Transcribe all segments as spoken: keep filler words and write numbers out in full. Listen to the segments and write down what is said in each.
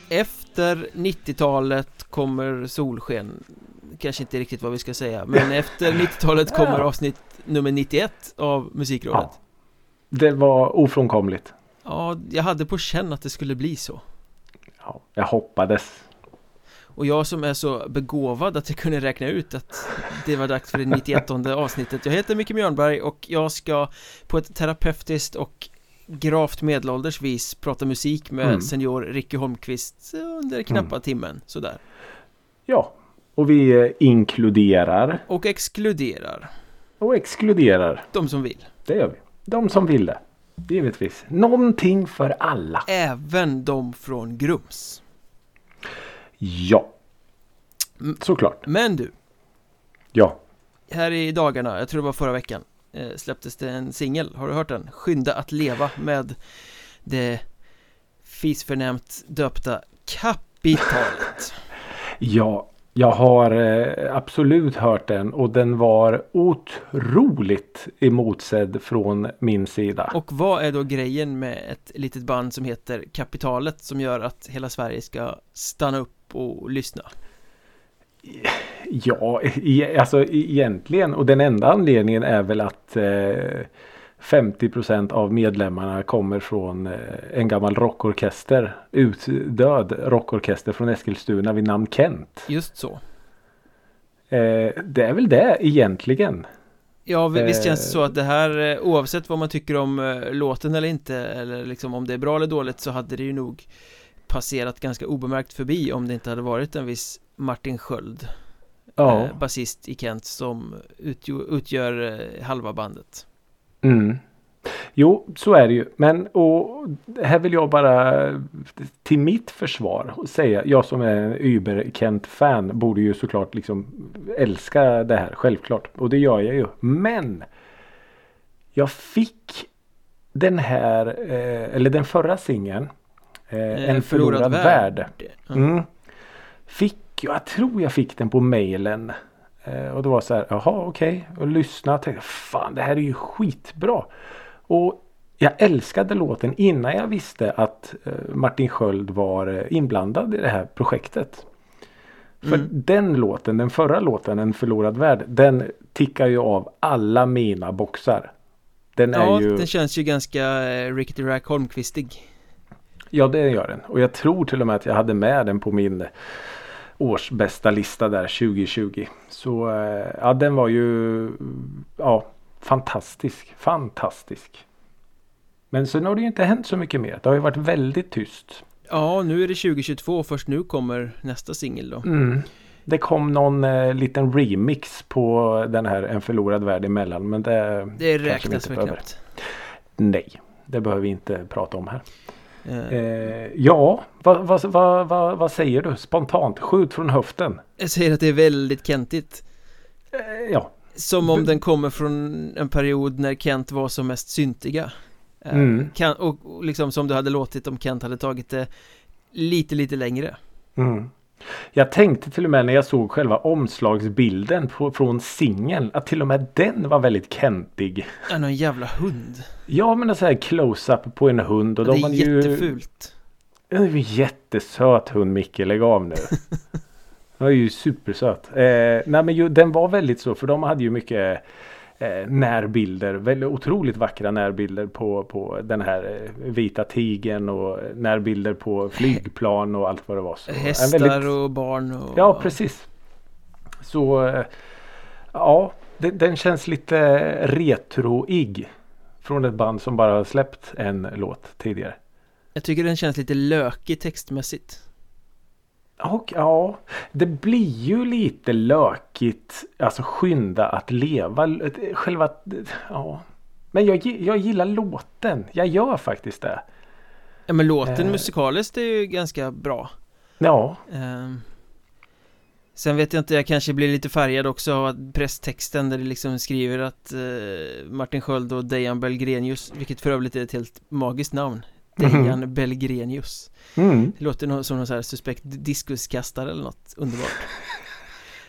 efter nittiotalet kommer solsken. Kanske inte riktigt vad vi ska säga, men efter nittiotalet kommer avsnitt nummer nittioett av Musikrådet. Ja, det var ofrånkomligt. Ja, jag hade på känn att det skulle bli så. Ja, jag hoppades. Och jag som är så begåvad att jag kunde räkna ut att det var dags för det nittioettonde avsnittet. Jag heter Micke Mjörnberg och jag ska på ett terapeutiskt och gravt medelålders vis prata musik med mm. senior Ricky Holmqvist under knappa mm. timmen, sådär. Ja, och vi inkluderar. Och exkluderar. Och exkluderar. De som vill. Det gör vi. De som vill det. Givetvis. Någonting för alla. Även de från Grums. Ja. Såklart. Men du. Ja. Här i dagarna, jag tror det var förra veckan, eh, släpptes det en singel. Har du hört den? Skynda att leva med det fisförnämt döpta Kapitalet. Ja, jag har eh, absolut hört den och den var otroligt emotsedd från min sida. Och vad är då grejen med ett litet band som heter Kapitalet som gör att hela Sverige ska stanna upp och lyssna? Ja, e- alltså egentligen, och den enda anledningen är väl att eh, femtio procent av medlemmarna kommer från eh, en gammal rockorkester, utdöd rockorkester från Eskilstuna vid namn Kent. Just så. Eh, det är väl det egentligen. Ja, visst känns det så att det här, oavsett vad man tycker om eh, låten eller inte, eller liksom om det är bra eller dåligt, så hade det ju nog passerat ganska obemärkt förbi om det inte hade varit en viss Martin Sköld, ja. eh, basist i Kent, som utgör, utgör eh, halva bandet. Mm. Jo, så är det ju. Men och här vill jag bara till mitt försvar säga, jag som är en Uber Kent-fan borde ju såklart liksom älska det här, självklart. Och det gör jag ju. Men jag fick den här, eh, eller den förra singeln, eh, En, en förlorad, förlorad värld. värld. Mm. Fick, jag tror jag fick den på mailen. Eh, och det var så här, jaha okej. Okay. Och lyssna och tänkte, fan det här är ju skitbra. Och jag älskade låten innan jag visste att eh, Martin Sköld var inblandad i det här projektet. För mm. den låten, den förra låten, En förlorad värld, den tickar ju av alla mina boxar. Den ja, är ju... den känns ju ganska eh, Ricky Rack Holmqvistig. Ja, det gör den. Och jag tror till och med att jag hade med den på min årsbästa lista där tjugo tjugo. Så eh, ja, den var ju ja, fantastisk. Fantastisk. Men sen har det ju inte hänt så mycket mer. Det har ju varit väldigt tyst. Ja, nu är det tjugo tjugotvå och först nu kommer nästa singel då. Mm. Det kom någon eh, liten remix på den här En förlorad värld emellan. Men det, det räknas väl knappt. Nej, det behöver vi inte prata om här. Eh, ja, vad, vad, vad, vad, vad säger du? Spontant, skjut från höften. Jag säger att det är väldigt kentigt. Eh, ja. Som om den kommer från en period när Kent var som mest syntiga. Eh, mm. kan, och, och liksom som det hade låtit om Kent hade tagit det lite, lite längre. Mm. Jag tänkte till och med när jag såg själva omslagsbilden på, från singeln att till och med den var väldigt kentig. Ja, någon jävla hund. Ja, men en sån här close-up på en hund. Och det de är var jättefult. Ju, det är ju jättesöt hund, Micke, lägg av nu. Den var ju supersöt. Eh, nej men ju, den var väldigt så, för de hade ju mycket eh, närbilder, väldigt otroligt vackra närbilder på, på den här eh, vita tigen och närbilder på flygplan och allt vad det var. Så, hästar väldigt, och barn. Och... Ja, precis. Så eh, ja, den, den känns lite retroig från ett band som bara har släppt en låt tidigare. Jag tycker den känns lite lökig textmässigt. Och ja, det blir ju lite lökigt, alltså skynda att leva själva, ja. Men jag, jag gillar låten, jag gör faktiskt det. Ja, men låten eh. musikaliskt är ju ganska bra. Ja. Eh. Sen vet jag inte, jag kanske blir lite färgad också av presstexten där det liksom skriver att eh, Martin Sköld och Dejan Belgrenius, vilket för övrigt är ett helt magiskt namn, Dejan mm. Belgrenius. Mm. Det låter som någon så här suspekt diskuskastare eller något underbart.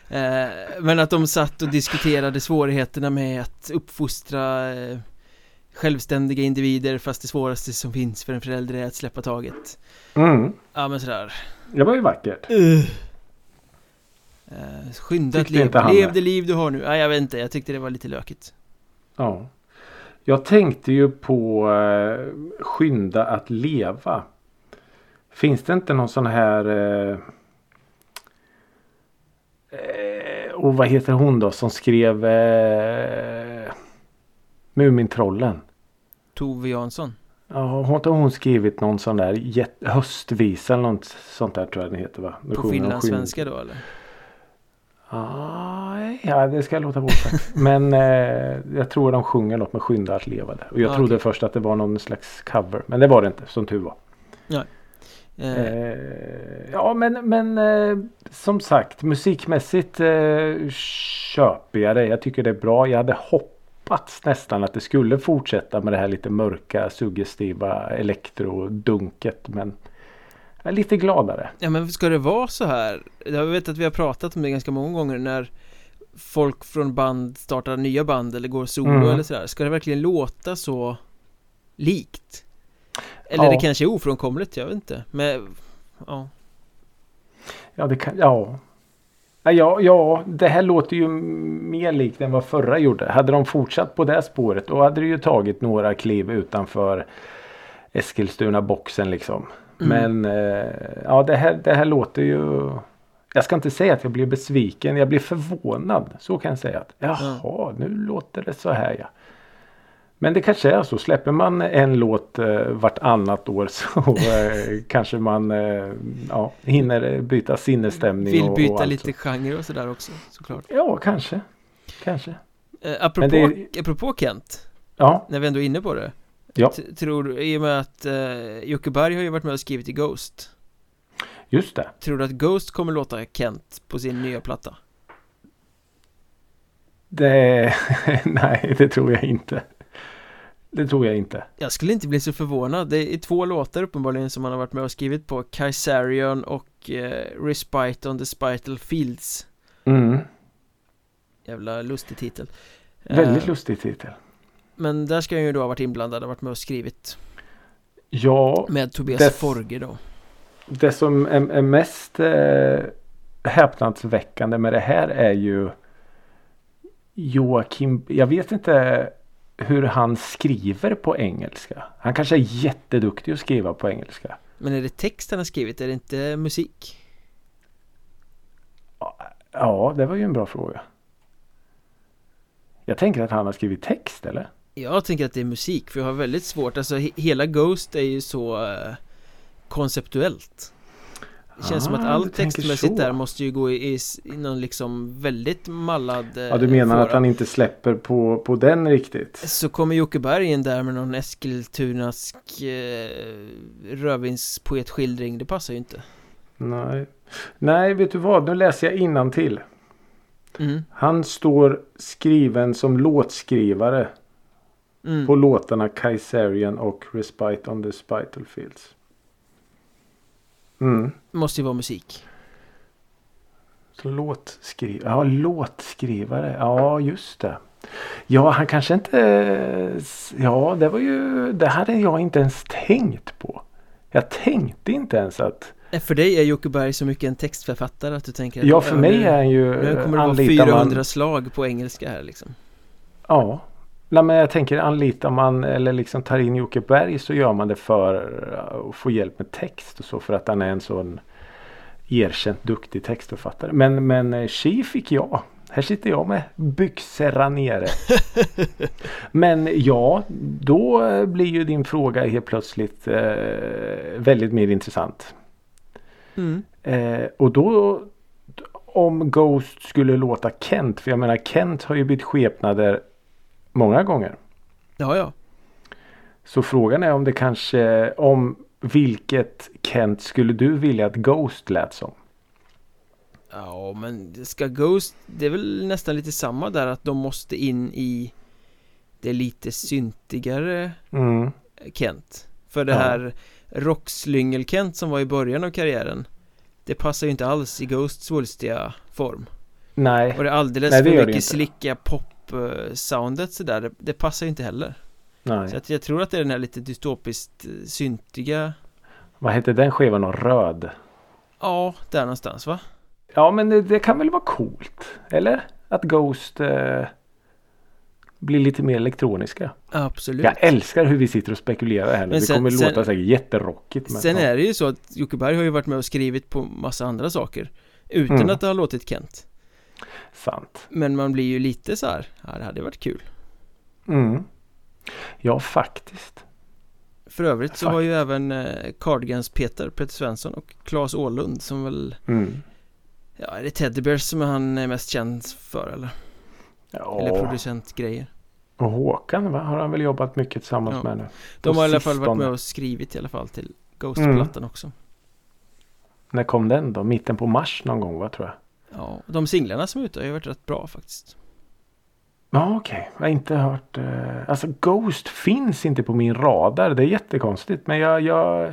eh, men att de satt och diskuterade svårigheterna med att uppfostra eh, självständiga individer, fast det svåraste som finns för en förälder är att släppa taget. Mm. Ja, men sådär. Det var ju vackert. Uh. Uh, skynda att leva. Lev det liv du har nu. Ja, jag vet inte, jag tyckte det var lite lökigt. Ja. Jag tänkte ju på uh, skynda att leva. Finns det inte någon sån här uh, uh, och vad heter hon då som skrev uh, Mumintrollen? Tove Jansson. Ja, har inte hon skrivit någon sån där jet- höstvisa eller något sånt där, tror jag det heter, va? På finlandssvenska då, eller? Ah, ja, det ska jag låta vara sagt. Men eh, jag tror de sjunger något med skynda att leva där. Och jag ah, trodde okay. först att det var någon slags cover. Men det var det inte, som tur var. Ja, eh. Eh, ja men, men eh, som sagt, musikmässigt eh, köper jag det. Jag tycker det är bra. Jag hade hoppats nästan att det skulle fortsätta med det här lite mörka, suggestiva elektrodunket. Men jag är lite gladare. Ja, men ska det vara så här? Jag vet att vi har pratat om det ganska många gånger när folk från band startar nya band eller går solo mm. eller sådär. Ska det verkligen låta så likt? Eller ja. Det kanske är ofrånkomligt, jag vet inte. Men, ja. Ja, det kan, ja. Ja, ja, det här låter ju mer likt än vad förra gjorde. Hade de fortsatt på det spåret, då hade det ju tagit några kliv utanför Eskilstuna-boxen liksom. Mm. Men eh, ja, det här, det här låter ju... Jag ska inte säga att jag blir besviken. Jag blir förvånad. Så kan jag säga. Att, jaha, nu låter det så här, ja. Men det kanske är så. Släpper man en låt eh, vartannat år så eh, kanske man eh, ja, hinner byta sinnesstämning. Vill byta och, och lite genre och sådär också, såklart. Ja, kanske. Kanske. Eh, apropå, det... apropå Kent. Ja. När vi ändå är inne på det. Ja. T- tror du, i och med att uh, Jocke Berg har ju varit med och skrivit i Ghost. Just det. Tror du att Ghost kommer låta Kent på sin nya platta? Det... Nej, det tror jag inte. Det tror jag inte. Jag skulle inte bli så förvånad. Det är två låtar uppenbarligen som han har varit med och skrivit på. Kaisarion och uh, Respite on the Spital Fields. Mm. Jävla lustig titel. Väldigt uh, lustig titel. Men där ska han ju då ha varit inblandad och varit med och skrivit. Ja. Med Tobias det, Forge då. Det som är, är mest eh, häpnadsväckande med det här är ju Joakim. Jag vet inte hur han skriver på engelska. Han kanske är jätteduktig att skriva på engelska. Men är det text han har skrivit? Är det inte musik? Ja, det var ju en bra fråga. Jag tänker att han har skrivit text, eller? Jag tänker att det är musik, för jag har väldigt svårt. Alltså he- hela Ghost är ju så uh, konceptuellt. Det känns ah, som att allt textmässigt där måste ju gå i, i, i någon liksom väldigt mallad uh, Ja, du menar fåra. Att han inte släpper på, på den riktigt? Så kommer Jocke Berg in där med någon Eskiltunask uh, rövinspoetskildring. Det passar ju inte. Nej. Nej, vet du vad? Nu läser jag innantill. Mm. Han står skriven som låtskrivare mm. på låtarna Kaisarion och Respite on the Spital Fields. Mm. Måste ju vara musik. Så låtskrivare. Ja, låtskrivare. Ja, just det. Ja, han kanske inte... Ja, det var ju... Det hade jag inte ens tänkt på. Jag tänkte inte ens att... För dig är Jocke Berg så mycket en textförfattare att du tänker... Ja, för mig är han ju... Nu kommer det vara fyrahundra man... slag på engelska här liksom. Ja. Nej, men jag tänker, anlitar man eller liksom tar in Jocke Berg, så gör man det för att få hjälp med text och så, för att han är en sån erkänt duktig textförfattare. Men, men tji fick jag. Här sitter jag med byxorna nere. Men ja, då blir ju din fråga helt plötsligt eh, väldigt mer intressant. Mm. Eh, och då, om Ghost skulle låta Kent, för jag menar Kent har ju bytt skepnader många gånger. Ja, ja. Så frågan är om det kanske, om vilket Kent skulle du vilja att Ghost lät som? Ja, men ska Ghost, det är väl nästan lite samma där, att de måste in i det lite syntigare mm. Kent. För det ja. här rockslyngel-Kent som var i början av karriären, det passar ju inte alls i Ghosts svulstiga form. Nej. Och det är alldeles Nej, det för gör mycket slicka pop-soundet sådär, det, det passar ju inte heller. Nej. Så att jag tror att det är den här lite dystopiskt syntiga. Vad heter den skivan då? Röd? Ja, där någonstans va? Ja, men det, det kan väl vara coolt. Eller? Att Ghost eh, blir lite mer elektroniska. Absolut. Jag älskar hur vi sitter och spekulerar här. Det sen, kommer sen, låta säkert jätterockigt. Sen är det ju så att Jocke Berg har ju varit med och skrivit på massa andra saker. Utan mm. att det har låtit Kent. Sant. Men man blir ju lite så här, ja, det hade varit kul. Mm. Ja, faktiskt. För övrigt så har ju även eh, Cardigans Peter, Peter Svensson och Claes Åhlund som väl mm. ja, är det Teddy Bears som han är mest känd för eller? Ja. Eller producentgrejer. Och Håkan va? Har han väl jobbat mycket tillsammans ja. med nu. De har i alla fall varit med och skrivit i alla fall till Ghost-plattan mm. också. När kom den då? Mitten på mars någon gång va tror jag? Ja, de singlarna som är ute har ju varit rätt bra faktiskt. Ja okej, okay. Jag har inte hört eh... alltså Ghost finns inte på min radar. Det är jättekonstigt men jag jag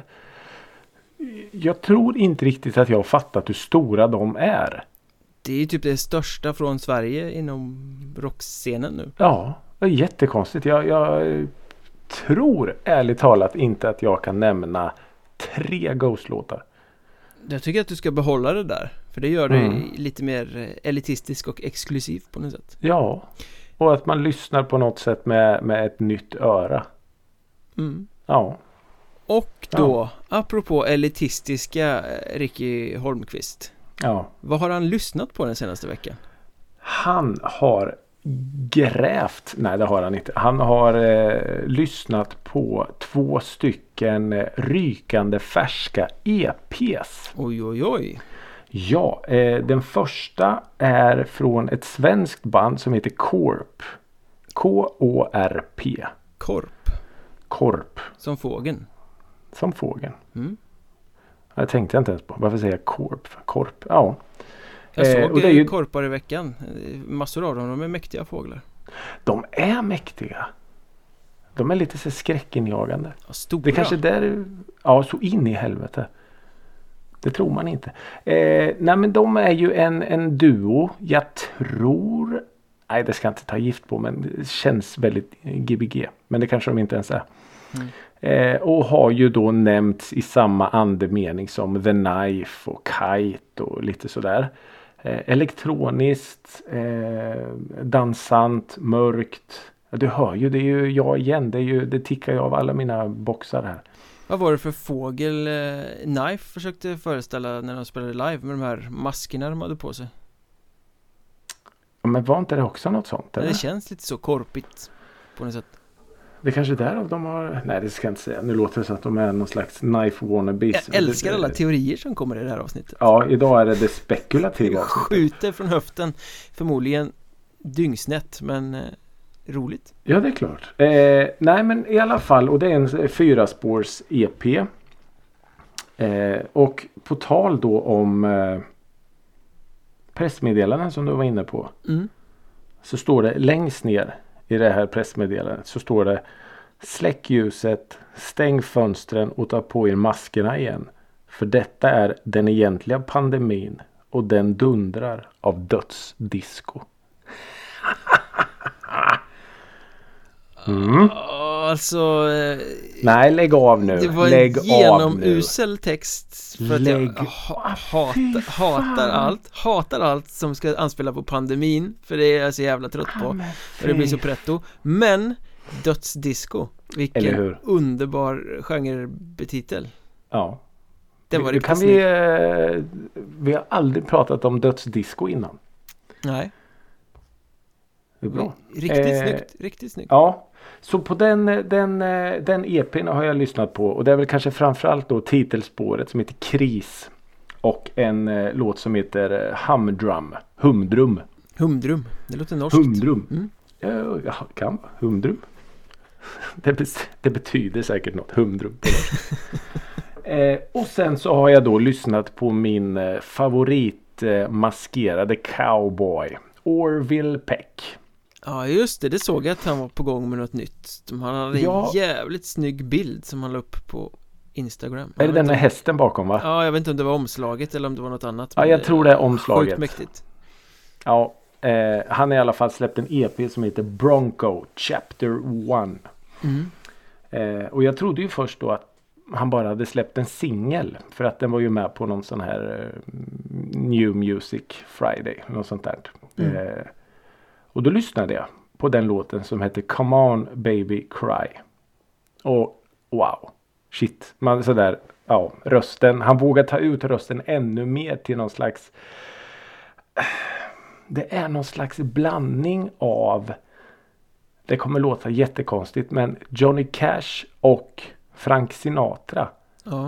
jag tror inte riktigt att jag har fattat hur stora de är. Det är ju typ det största från Sverige inom rockscenen nu. Ja, det är jättekonstigt. Jag, jag tror ärligt talat inte att jag kan nämna tre Ghost-låtar. Jag tycker att du ska behålla det där. För det gör det mm. lite mer elitistisk och exklusiv på något sätt. Ja, och att man lyssnar på något sätt med, med ett nytt öra. Mm. Ja. Och då, ja. apropå elitistiska Ricky Holmqvist. Ja. Vad har han lyssnat på den senaste veckan? Han har grävt, nej det har han inte. Han har eh, lyssnat på två stycken eh, rykande färska E P:s. Oj oj oj. Ja, eh, den första är från ett svenskt band som heter Korp. K O R P. Korp. Korp. Som fågeln. Som fågeln. Mm. Jag tänkte inte ens på. Varför säger jag Korp? Korp, ja. Jag såg eh, och det är ju... korpar i veckan. Massor av dem, de är mäktiga fåglar. De är mäktiga. De är lite så skräckinjagande. Ja, stora. Det kanske där, ja så in i helvete. Det tror man inte. Eh, nej men de är ju en, en duo. Jag tror, nej det ska jag inte ta gift på men det känns väldigt G B G. Men det kanske de inte ens är. Mm. Eh, och har ju då nämnts i samma andemening som The Knife och Kite och lite sådär. Eh, elektroniskt, eh, dansant, mörkt. Ja, du hör ju, det är ju jag igen. Det, är ju, det tickar ju av alla mina boxar här. Vad var det för fågel eh, Knife försökte föreställa när de spelade live med de här maskerna de hade på sig? Ja, men var inte det också något sånt? Eller? Det känns lite så korpigt på något sätt. Det är kanske därav de har... Nej, det ska jag inte säga. Nu låter det så att de är någon slags knife wannabes. Jag älskar alla teorier som kommer i det här avsnittet. Ja, idag är det det spekulativa avsnittet. Skjuter från höften. Förmodligen dyngsnett, men eh, roligt. Ja, det är klart. Eh, nej, men i alla fall. Och det är en fyraspårs E P. Eh, och på tal då om eh, pressmeddelanden som du var inne på. Mm. Så står det längst ner i det här pressmeddelandet så står det: släck ljuset, stäng fönstren och ta på er maskerna igen. För detta är den egentliga pandemin och den dundrar av dödsdisco. Mm. Alltså eh, nej, lägg av nu. Det var lägg en genomusel text för lägg att jag ha, hatar, hatar allt hatar allt som ska anspela på pandemin, för det är jag så jävla trött på. Ah, för det blir så pretto. Men dödsdisco, vilken underbar genrebetitel. Ja. Det var det kan vi, eh, vi har aldrig pratat om dödsdisco innan. Nej. Det är bra. Riktigt eh, snyggt, riktigt snyggt. Ja. Så på den, den, den E P:n har jag lyssnat på. Och det är väl kanske framförallt då titelspåret som heter Kris. Och en eh, låt som heter Humdrum. Humdrum. Humdrum. Det låter norskt. Humdrum. Mm. Ja, ja, kan vara. Humdrum. Det, be- det betyder säkert något. Humdrum på eh, och sen så har jag då lyssnat på min eh, favorit eh, maskerade cowboy. Orville Peck. Ja just det, det såg jag att han var på gång med något nytt. Han hade ja. en jävligt snygg bild som han la upp på Instagram. Är det den med hästen bakom va? Ja, jag vet inte om det var omslaget eller om det var något annat. Ja, jag tror det är omslaget. Sjukt mäktigt. Ja, eh, han har i alla fall släppt en E P som heter Bronco Chapter one. Mm. Eh, och jag trodde ju först då att han bara hade släppt en singel. För att den var ju med på någon sån här eh, New Music Friday. Något sånt där. Mm. Eh, och då lyssnade jag på den låten som heter Come On Baby Cry. Och wow. Shit. Man sådär. Ja, rösten. Han vågar ta ut rösten ännu mer till någon slags. Det är någon slags blandning av. Det kommer låta jättekonstigt. Men Johnny Cash och Frank Sinatra. Ja.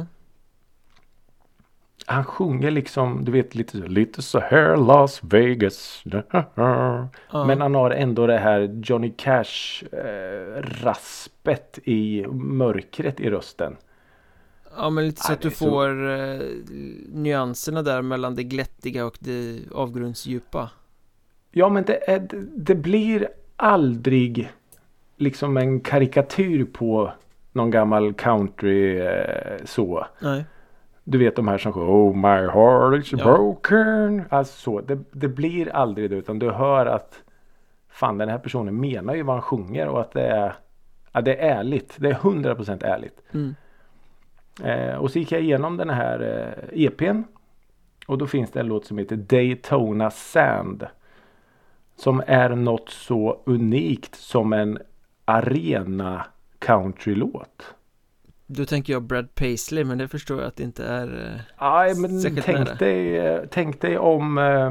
Han sjunger liksom, du vet, lite, lite så här Las Vegas. Ja. Men han har ändå det här Johnny Cash eh, raspet i mörkret i rösten. Ja, men lite så Nej, att du så... får eh, nyanserna där mellan det glättiga och det avgrundsdjupa. Ja, men det, är, det blir aldrig liksom en karikatyr på någon gammal country eh, så. Nej. Du vet de här som sjunger Oh my heart is Ja. broken. Alltså så. Det, det blir aldrig det, utan du hör att fan, den här personen menar ju vad han sjunger och att det är, ja, det är ärligt. Det är hundra procent ärligt. Mm. Eh, och så gick jag igenom den här eh, E P:n. Och då finns det en låt som heter Daytona Sand. Som är något så unikt som en arena countrylåt. Då tänker jag Brad Paisley, men det förstår jag att det inte är eh, Aj, men särskilt tänk nära. dig, eh, tänk dig om eh,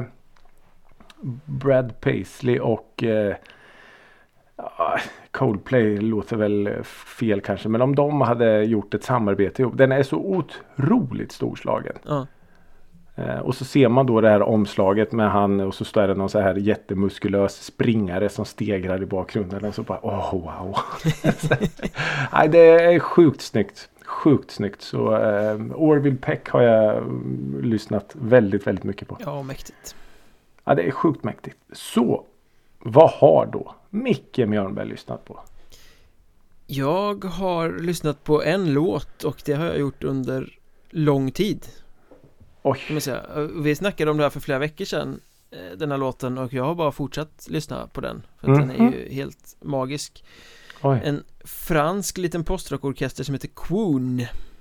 Brad Paisley och eh, ah, Coldplay låter väl fel kanske, men om de hade gjort ett samarbete ihop. Den är så otroligt storslagen. Ja. Eh, och så ser man då det här omslaget med han, och så står det någon så här jättemuskulös springare som stegrar i bakgrunden och så bara, åh oh, wow. Nej, det är sjukt snyggt. Sjukt snyggt. Så eh, Orville Peck har jag mm, lyssnat väldigt, väldigt mycket på. Ja, mäktigt. Ja, det är sjukt mäktigt. Så, vad har då Micke Mjörnberg lyssnat på? Jag har lyssnat på en låt och det har jag gjort under lång tid. Oj. Kan man säga. Vi snackade om det här för flera veckor sedan, den här låten, och jag har bara fortsatt lyssna på den. För att Mm-hmm. den är ju helt magisk. Oj. En fransk liten postrockorkester som heter Quoon,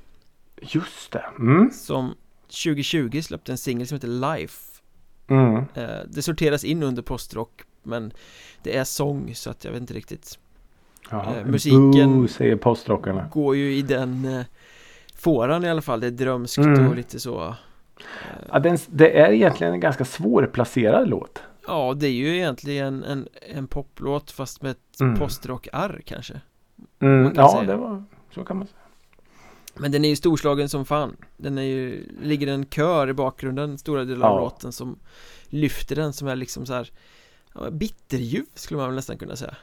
Just det. Mm. som tjugo tjugo släppte en singel som heter Life. Mm. Det sorteras in under postrock, men det är sång, så att jag vet inte riktigt. Jaha. Eh, musiken- Boo, säger postrockarna. Går ju i den eh, fåran i alla fall. Det är drömskt Mm. och lite så. Ja, den, det är egentligen en ganska svårplacerad låt. Ja, det är ju egentligen en, en poplåt fast med ett Mm. postrock-arr kanske. Mm. Man kan Ja, säga. det var, så kan man säga. Men den är ju storslagen som fan. Den är ju, ligger en kör i bakgrunden stora delar av Ja. låten som lyfter den, som är liksom så här, ja, bitterljuv skulle man väl nästan kunna säga.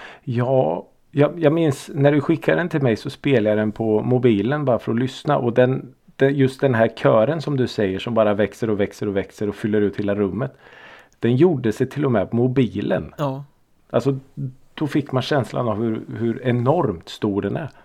Ja, jag, jag minns när du skickade den till mig så spelade jag den på mobilen bara för att lyssna. Och den, den, just den här kören som du säger som bara växer och växer och växer och fyller ut hela rummet. Den gjorde sig till och med på mobilen. Ja. Alltså då fick man känslan av hur, hur enormt stor den är.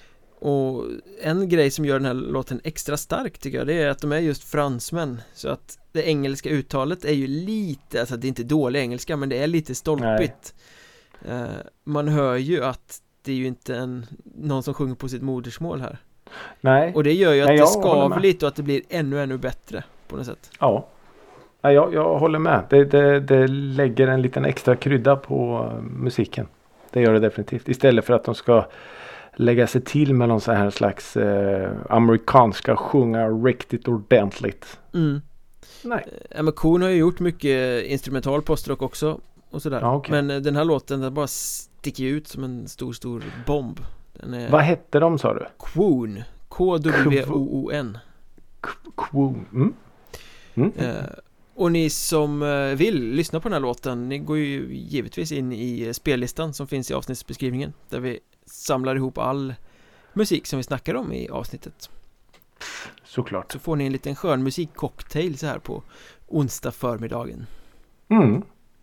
Och en grej som gör den här låten extra stark tycker jag, det är att de är just fransmän. Så att det engelska uttalet är ju lite, alltså det är inte dålig engelska, men det är lite stolpigt. Eh, man hör ju att det är ju inte en, någon som sjunger på sitt modersmål här. Nej. Och det gör ju att Nej, det jag håller skaver med. lite och att det blir ännu, ännu bättre på något sätt. Ja. Ja, jag, jag håller med. Det, det, det lägger en liten extra krydda på uh, musiken. Det gör det definitivt. Istället för att de ska lägga sig till med någon sån här slags uh, amerikanska sjunga riktigt ordentligt. Mm. Nej. Ja, men Quoon har ju gjort mycket instrumental postrock också och sådär. Ja, okej. Men eh, den här låten, den bara sticker ut som en stor, stor bomb. Den är Vad hette de, sa du? Quoon. K W O O N. K- Quoon. Mm. Mm. Eh, och ni som eh, vill lyssna på den här låten, ni går ju givetvis in i eh, spellistan som finns i avsnittsbeskrivningen, där vi samlar ihop all musik som vi snackar om i avsnittet. Såklart. Så får ni en liten skön musikcocktail så här på onsdag förmiddagen. Mm.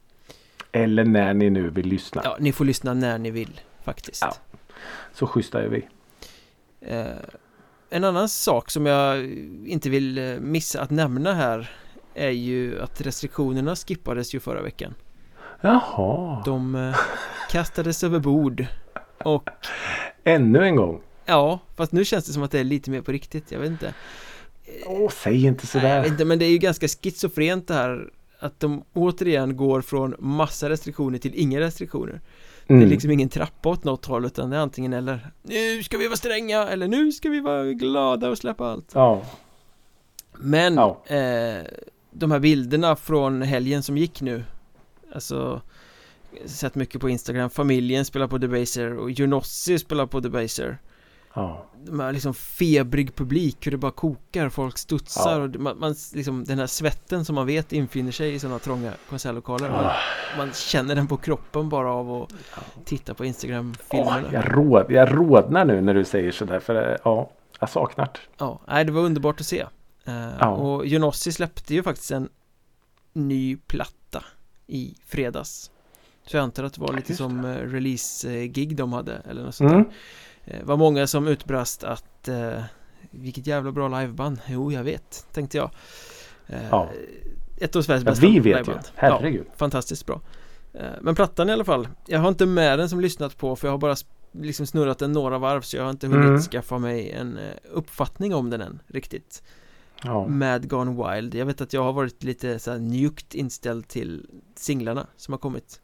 Eller när ni nu vill lyssna. Ja, ni får lyssna när ni vill faktiskt. Ja. Så schyssta är vi. Eh, en annan sak som jag inte vill eh, missa att nämna här är ju att restriktionerna skippades ju förra veckan. Jaha. De eh, kastades över bord Och ännu en gång. ja, fast nu känns det som att det är lite mer på riktigt. Jag vet inte. Åh, säg inte sådär. Nej, jag vet inte, men det är ju ganska schizofrent det här. Att de återigen går från massa restriktioner till inga restriktioner. Mm. Det är liksom ingen trappa åt något håll, utan det är antingen eller. Nu ska vi vara stränga, eller nu ska vi vara glada och släppa allt. Ja. Men Ja. eh, de här bilderna från helgen som gick nu, alltså sett mycket på Instagram. Familjen spelar på Debaser och Junossi spelar på Debaser. Ja. De här liksom febrig publik, hur det bara kokar, folk studsar. Ja. Och man, man liksom, den här svetten som man vet infinner sig i sådana trånga konsertlokaler. Man, man känner den på kroppen bara av att titta på Instagram-filmerna. Åh, jag, råd, jag rådnar nu när du säger sådär, för ja, jag saknar det. Ja, nej, det var underbart att se. Uh, Ja. Och Junossi släppte ju faktiskt en ny platta i fredags. Så jag antar att det var lite Just som uh, release-gig de hade, eller något sånt Mm. där. Det var många som utbrast att uh, vilket jävla bra liveband. Jo, jag vet, tänkte jag. Uh, Ja. Ett av Sveriges Ja, bästa vi vet liveband. ju, herregud. Ja, fantastiskt bra. Uh, Men plattan i alla fall, jag har inte med den som lyssnat på, för jag har bara sp- liksom snurrat den några varv, så jag har inte hunnit Mm. skaffa mig en uh, uppfattning om den än, riktigt. Ja. Mad Gone Wild. Jag vet att jag har varit lite så här njukt inställd till singlarna som har kommit.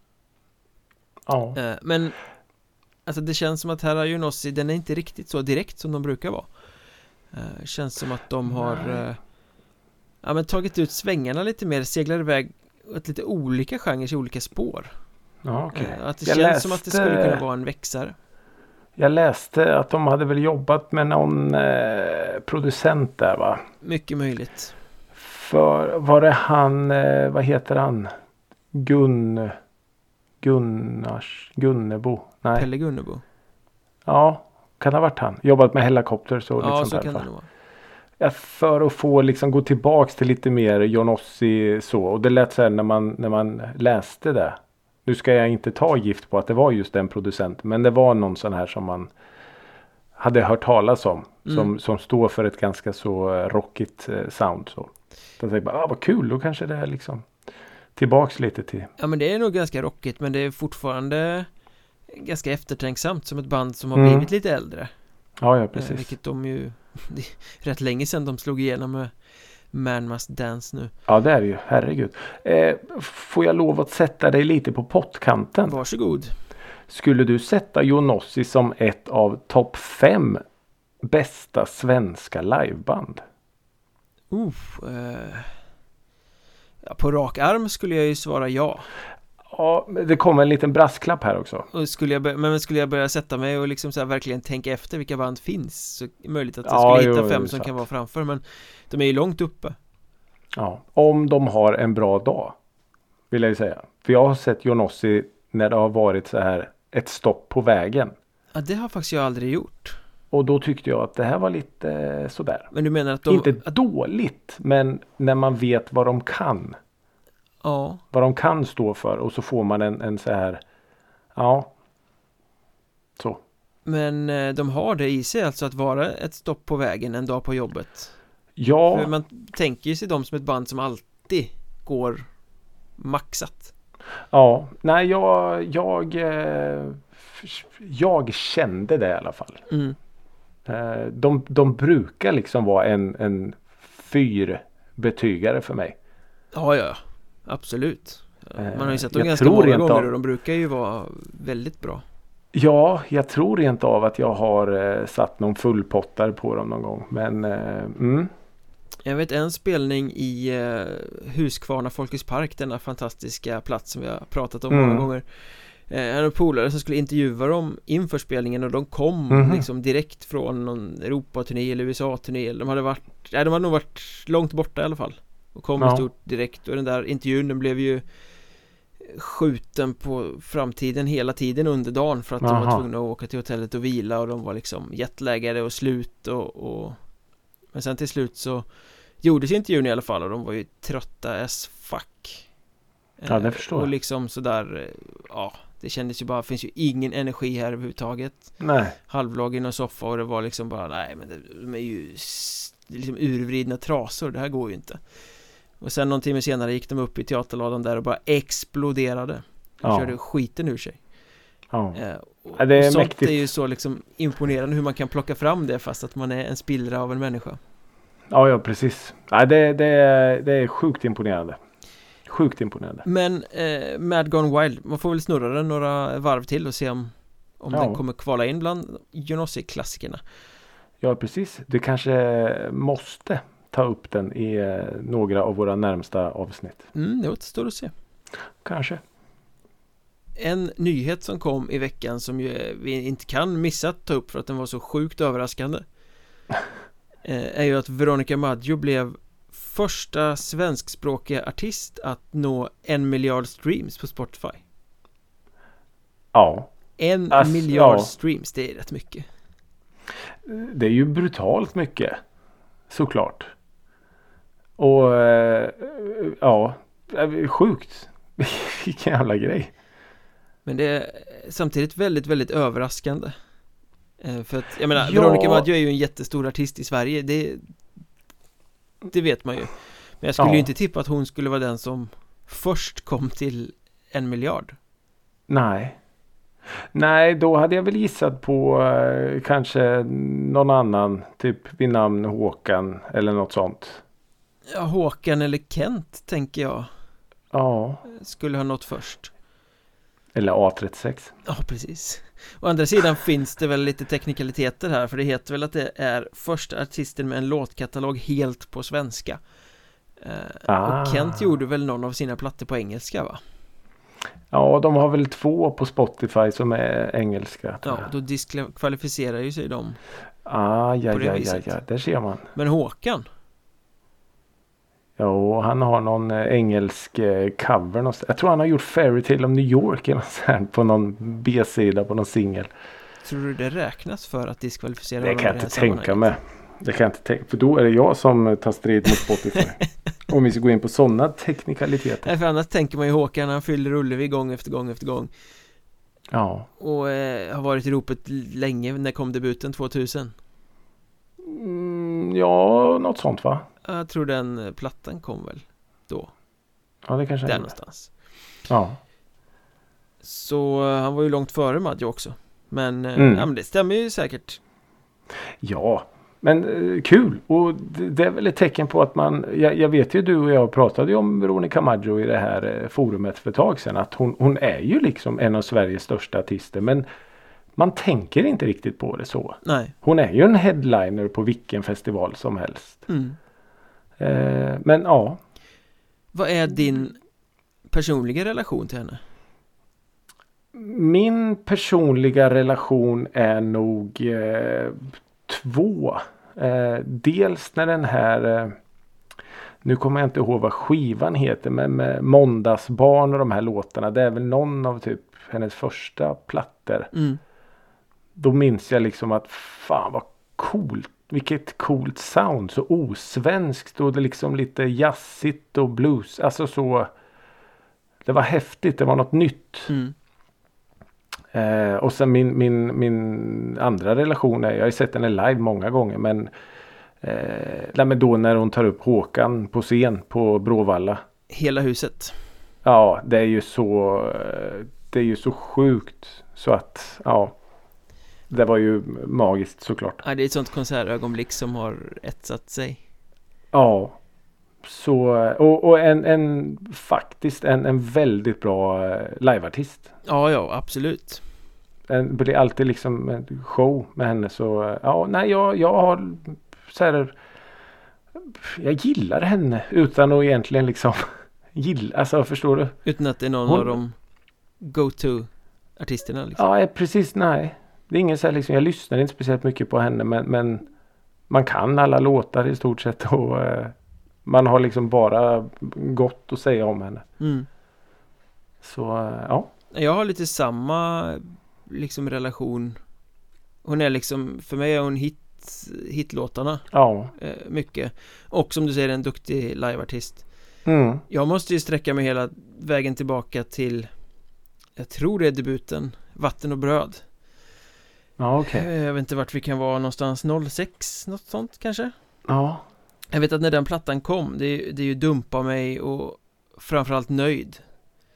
Ja. Eh, men alltså det känns som att här har Junossi, den är inte riktigt så direkt som de brukar vara. Eh, känns som att de har eh, ja, men tagit ut svängarna lite mer, seglar iväg åt lite olika genrer i olika spår. Ja, okej. Eh, att det Jag känns läste- som att det skulle kunna vara en växare. Jag läste att de hade väl jobbat med någon eh, producent där, va? Mycket möjligt. För var det han, eh, vad heter han? Gun... Gunnars... Gunnebo? Nej. Pelle Gunnebo. Ja, kan det ha varit han? Jobbat med helikopter och lite Ja, sånt så där. kan va? det nog vara. Ja, för att få liksom gå tillbaks till lite mer Junossi så. Och det lät så här när man, när man läste det. Nu ska jag inte ta gift på att det var just den producenten. Men det var någon sån här som man hade hört talas om. Mm. Som, som står för ett ganska så eh, rockigt eh, sound. Så. Så jag tänkte bara, ah, vad kul, då kanske det är liksom tillbaks lite till. Ja, men det är nog ganska rockigt, men det är fortfarande ganska eftertänksamt som ett band som har Mm. blivit lite äldre. Ja, ja, Eh, precis. vilket de ju det är rätt länge sedan de slog igenom med Man Must Dance nu. Ja, det är det ju. Herregud. Eh, får jag lov att sätta dig lite på pottkanten? Varsågod. Skulle du sätta Junossi som ett av topp fem bästa svenska liveband? Uh, eh, ja, på rak arm skulle jag ju svara ja. Ja, men det kommer en liten brasklapp här också. Och skulle jag bör- men skulle jag börja sätta mig och liksom så här verkligen tänka efter vilka band finns, så är det möjligt att jag Ja, skulle hitta jo, fem det är som sant. kan vara framför, men de är ju långt uppe. Ja, om de har en bra dag, vill jag ju säga. För jag har sett Junossi när det har varit så här ett stopp på vägen. Ja, det har faktiskt jag aldrig gjort. Och då tyckte jag att det här var lite eh, sådär. Men du menar att de... Inte att, dåligt, men när man vet vad de kan. ja, Vad de kan stå för. Och så får man en, en så här, ja, så. men eh, de har det i sig, alltså att vara ett stopp på vägen en dag på jobbet. Ja, För man tänker ju sig dem som ett band som alltid går maxat. ja, nej jag, jag, eh, jag kände det i alla fall. Mm. Eh, de, de brukar liksom vara en, en fyrbetygare för mig. Ja, ja, absolut. Man har ju sett dem Jag ganska tror många rent gånger av- och de brukar ju vara väldigt bra. Ja, jag tror rent av att jag har eh, satt någon fullpottare på dem någon gång. Men, eh, mm. Jag vet en spelning i eh, Huskvarna Folkets Park, denna fantastiska plats som vi har pratat om Mm. många gånger. Eh, jag hade en polare som skulle intervjua dem inför spelningen och de kom Mhm. liksom direkt från någon Europaturné eller U S A-turné. De hade varit, nej, de hade nog varit långt borta i alla fall. Och kom Ja. i stort direkt, och den där intervjun den blev ju skjuten på framtiden hela tiden under dagen för att de var Aha. tvungna att åka till hotellet och vila, och de var liksom jetlaggade och slut och, och... men sen till slut så gjordes intervjun i alla fall och de var ju trötta as fuck. Ja, det Eh, förstår Och jag. liksom sådär, eh, ja, det kändes ju bara, finns ju ingen energi här överhuvudtaget. Nej. Halvlag i någon soffa och det var liksom bara, nej men det, de är ju s- liksom urvridna trasor, det här går ju inte. Och sen någon timme senare gick de upp i teaterladan där och bara exploderade. De Ja. körde skiten ur sig. Ja. Eh, Och, ja, det är och sånt mäktigt. är ju så liksom imponerande hur man kan plocka fram det fast att man är en spillra av en människa. Ja, ja precis. Ja, det, det, är, det är sjukt imponerande. Sjukt imponerande. Men eh, Mad Gone Wild, man får väl snurra den några varv till och se om, om ja. den kommer kvala in bland Genossi-klassikerna. Ja, precis. Du kanske måste ta upp den i eh, några av våra närmsta avsnitt. Mm, det återstår att se. Kanske. En nyhet som kom i veckan som ju vi inte kan missa att ta upp för att den var så sjukt överraskande eh, är ju att Veronica Maggio blev första svenskspråkiga artist att nå en miljard streams på Spotify. Ja. En Ass, miljard ja. streams, det är rätt mycket. Det är ju brutalt mycket. Såklart. Och eh, ja, sjukt. Vilken jävla grej. Men det är samtidigt väldigt, väldigt överraskande. Eh, för att, jag menar, ja. Veronica Maggio är ju en jättestor artist i Sverige. Det, det vet man ju. Men jag skulle ja. ju inte tippa att hon skulle vara den som först kom till en miljard. Nej. Nej, då hade jag väl gissat på eh, kanske någon annan. Typ vid namn Håkan eller något sånt. Ja, Håkan eller Kent tänker jag. Ja. Skulle ha nått först. Eller A trettiosex. Ja, precis. Å andra sidan finns det väl lite teknikaliteter här. För det heter väl att det är första artisten med en låtkatalog helt på svenska. eh, Ah. Och Kent gjorde väl någon av sina plattor på engelska, va? Ja, de har väl två på Spotify som är engelska. Ja, då diskvalificerar ju sig de. Ah, ja, på det ja, ja, viset. ja, där ser man. Men Håkan? Ja, han har någon eh, engelsk eh, cover någonstans. Jag tror han har gjort Fairy Tale of New York eller något sånt på någon B-sida på någon singel. Tror du det räknas för att diskvalificera Det honom kan jag i det inte här tänka sammanhanget? mig. Det kan jag inte tänka, för då är det jag som tar strid mot Spotify. Om vi ska gå in på sådana teknikaliteter. Nej, för annars tänker man ju Håkan, han fyller Ullevi gång efter gång efter gång. Ja. Och eh, har varit i ropet länge. När kom debuten? tvåtusen? Mm, ja, något sånt va? Jag tror den eh, plattan kom väl då. Ja, det kanske Där är. någonstans. Ja. Så eh, han var ju långt före Maggio också. Men, eh, Mm. ja, men det stämmer ju säkert. Ja, men eh, kul. Och det, det är väl ett tecken på att man, jag, jag vet ju du och jag pratade ju om Veronica Maggio i det här eh, forumet för ett tag sedan. Att hon, hon är ju liksom en av Sveriges största artister. Men man tänker inte riktigt på det så. Nej. Hon är ju en headliner på vilken festival som helst. Mm. Eh, men ja. Vad är din personliga relation till henne? Min personliga relation är nog eh, två. Eh, dels när den här, eh, nu kommer jag inte ihåg vad skivan heter, men med Måndagsbarn och de här låtarna. Det är väl någon av typ hennes första plattor. Mm. Då minns jag liksom att fan vad coolt. Vilket coolt sound. Så osvenskt och det liksom lite jazzigt och blues. Alltså så. Det var häftigt. Det var något nytt. Mm. Eh, och sen min, min, min andra relation är, jag har ju sett henne live många gånger, men, eh, nej, men då när hon tar upp Håkan på scen på Bråvalla. Hela huset. Ja, det är ju så, eh, det är ju så sjukt så att, ja, det var ju magiskt såklart. Ja, det är ett sånt konsertögonblick som har etsat sig. Ja, så, och, och en, en faktiskt en, en väldigt bra eh, liveartist. Ja, ja, absolut. Det blir alltid liksom en show med henne, så ja, nej, jag, jag har så här, jag gillar henne utan att egentligen liksom gilla, alltså förstår du? Utan att det är någon Hon, av de go-to-artisterna liksom. Ja, precis, nej. Det är ingen så här liksom, jag lyssnar inte speciellt mycket på henne, men, men man kan alla låtar i stort sett och eh, man har liksom bara gott att säga om henne. Mm. Så eh, ja. Jag har lite samma liksom relation. Hon är liksom, för mig är hon hit, hitlåtarna. Ja. Eh, mycket. Och som du säger, en duktig liveartist. Mm. Jag måste ju sträcka mig hela vägen tillbaka till, jag tror det är debuten, Vatten och bröd. Ja, okej. Okay. Jag vet inte vart vi kan vara någonstans, noll sex, något sånt kanske. Ja. Jag vet att när den plattan kom, det är, det är ju Dumpa mig och framförallt Nöjd.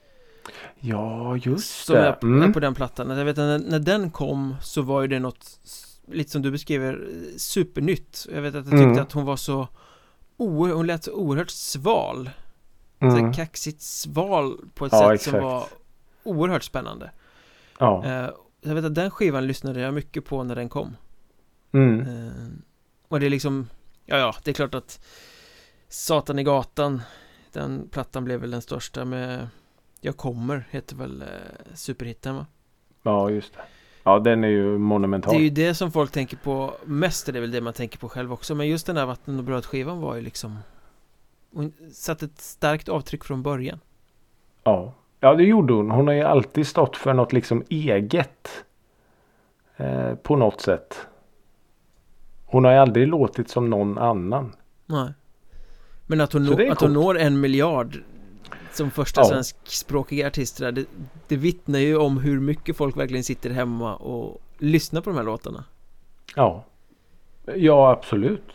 Ja, just som det. är på, Mm. är på den plattan. Jag vet att när, när den kom så var ju det något s- lite som du beskriver supernytt. Jag vet att jag tyckte Mm. att hon var så oer, hon lät så oerhört sval. Så Mm. här kaxigt sval på ett Ja, sätt exakt. som var oerhört spännande. Ja. Eh, jag vet att den skivan lyssnade jag mycket på när den kom. Mm. Eh, och det är liksom, ja ja, det är klart att Satan i gatan, den plattan blev väl den största med Jag kommer, heter väl eh, superhitten, va? Ja, just det. Ja, den är ju monumental. Det är ju det som folk tänker på mest, det är väl det man tänker på själv också. Men just den här Vatten och brödskivan var ju liksom, hon satte ett starkt avtryck från början. Ja. Ja, det gjorde hon. Hon har ju alltid stått för något liksom eget. Eh, på något sätt. Hon har ju aldrig låtit som någon annan. Nej. Men att hon, Så nå, det är att hon coolt. når en miljard som första Ja. svenskspråkiga artister, det, det vittnar ju om hur mycket folk verkligen sitter hemma och lyssnar på de här låtarna. Ja. Ja, absolut.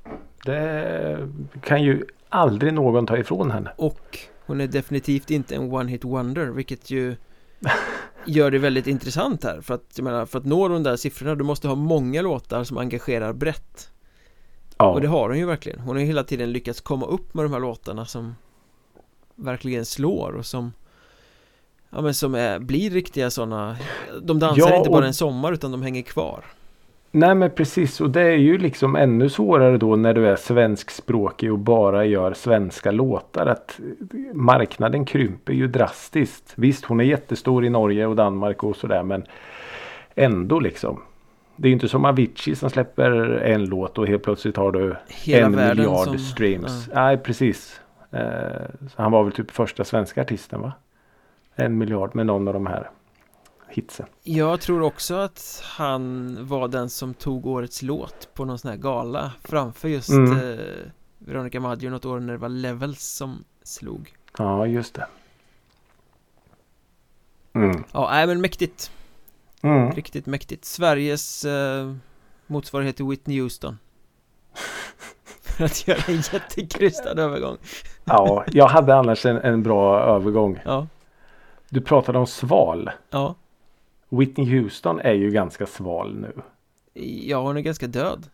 Det kan ju aldrig någon ta ifrån henne. Och hon är definitivt inte en one hit wonder, vilket ju gör det väldigt intressant här. För att, jag menar, för att nå de där siffrorna, du måste ha många låtar som engagerar brett. Ja. Och det har hon ju verkligen. Hon har ju hela tiden lyckats komma upp med de här låtarna som verkligen slår och som, ja, men som är, blir riktiga sådana. De dansar Ja, inte bara och- en sommar utan de hänger kvar. Nej, men precis, och det är ju liksom ännu svårare då när du är svenskspråkig och bara gör svenska låtar, att marknaden krymper ju drastiskt. Visst, hon är jättestor i Norge och Danmark och sådär, men ändå liksom. Det är ju inte som Avicii som släpper en låt och helt plötsligt har du Hela en världen miljard som, streams. ja. Nej, precis. Eh, så han var väl typ första svenska artisten, va? En miljard med någon av de här hitsen. Jag tror också att han var den som tog årets låt på någon sån här gala framför just Mm. eh, Veronica Maggio något år när det var Levels som slog. Ja, just det. Mm. Ja, nej, men mäktigt. Mm. Riktigt mäktigt. Sveriges eh, motsvarighet till Whitney Houston. För att göra en jättekrystad övergång. Ja, jag hade annars en, en bra övergång. Ja, Du pratade om sval. ja. Whitney Houston är ju ganska sval nu. Ja, hon är ganska död.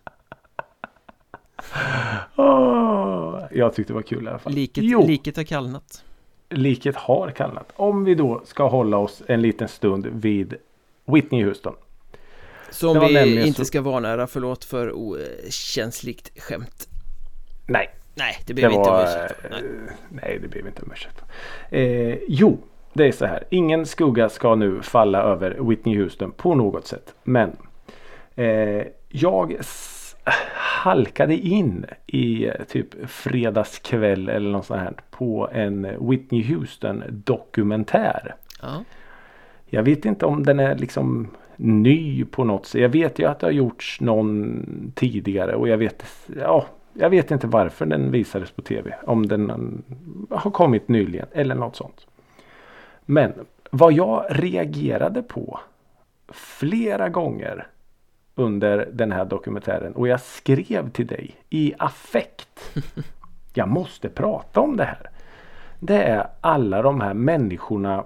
Åh, jag tyckte det var kul i alla fall. Liket, Jo, liket har kallnat. liket har kallnat. Om vi då ska hålla oss en liten stund vid Whitney Houston. Som Det var vi nämligen inte så- ska vanära, förlåt för okänsligt skämt. Nej, Nej, det det blev inte var... om ursäkt för. Nej. eh, nej, det blev inte om ursäkt. Eh, jo, det är så här. Ingen skugga ska nu falla över Whitney Houston på något sätt. Men eh, jag s- halkade in i eh, typ fredagskväll eller något sånt här på en Whitney Houston dokumentär. Ja. Jag vet inte om den är liksom ny på något sätt. Jag vet ju att det har gjorts någon tidigare och jag vet, ja, jag vet inte varför den visades på tv. Om den mm, har kommit nyligen eller något sånt. Men vad jag reagerade på flera gånger under den här dokumentären, och jag skrev till dig i affekt. Jag måste prata om det här. Det är alla de här människorna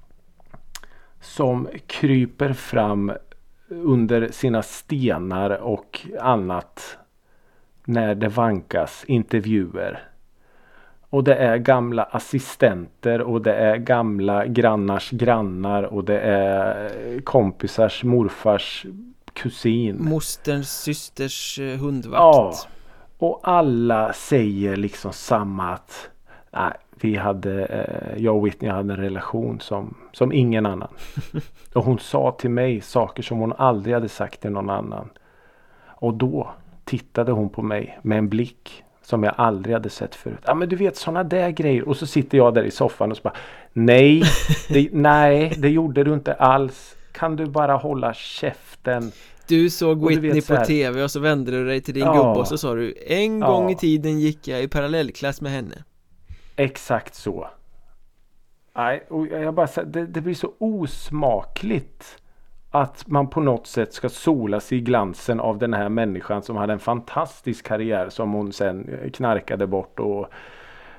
som kryper fram under sina stenar och annat när det vankas intervjuer. Och det är gamla assistenter och det är gamla grannars grannar och det är kompisars morfars kusin. Mosterns systers eh, hundvakt. Ja, och alla säger liksom samma att nej, vi hade, eh, jag och Whitney hade en relation som, som ingen annan. Och hon sa till mig saker som hon aldrig hade sagt till någon annan. Och då tittade hon på mig med en blick som jag aldrig hade sett förut. Ja, men du vet sådana där grejer. Och så sitter jag där i soffan och så bara nej, det, nej, det gjorde du inte alls. Kan du bara hålla käften? Du såg Och du Whitney vet så på här- tv och så vände du dig till din Ja. gubbe och så sa du en Ja. gång i tiden gick jag i parallellklass med henne. Exakt så. Nej, och jag bara säger, det, det blir så osmakligt att man på något sätt ska sola sig i glansen av den här människan som hade en fantastisk karriär som hon sen knarkade bort och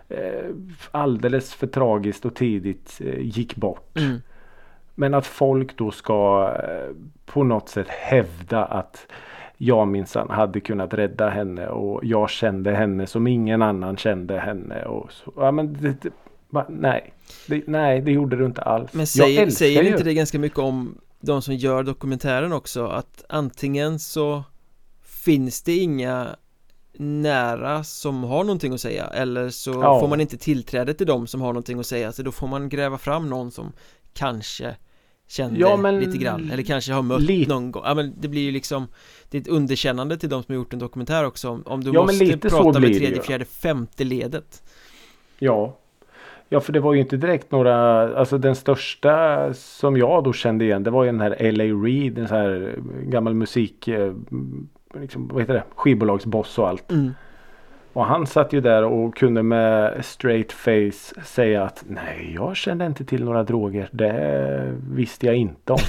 eh, alldeles för tragiskt och tidigt eh, gick bort. Mm. Men att folk då ska eh, på något sätt hävda att jag minsann hade kunnat rädda henne och jag kände henne som ingen annan kände henne. Och så. Ja, men det, det, ba, nej. Det, nej, det gjorde du inte alls. Men säger, säger ju. inte det ganska mycket om de som gör dokumentären också? Att antingen så finns det inga nära som har någonting att säga, eller så Ja. får man inte tillträde till dem som har någonting att säga, så då får man gräva fram någon som kanske kände Ja, men lite grann, eller kanske har mött li- någon gång. Ja, men det blir ju liksom, det är ett underkännande till de som har gjort en dokumentär också, om, om du Ja, men måste lite så prata blir med det tredje, ju. fjärde, femte ledet. Ja. Ja, för det var ju inte direkt några, alltså den största som jag då kände igen, det var ju den här L A Reid, en sån här gammal musik, eh, liksom, vad heter det, skivbolagsboss och allt. Mm. Och han satt ju där och kunde med straight face säga att nej, jag kände inte till några droger, det visste jag inte om.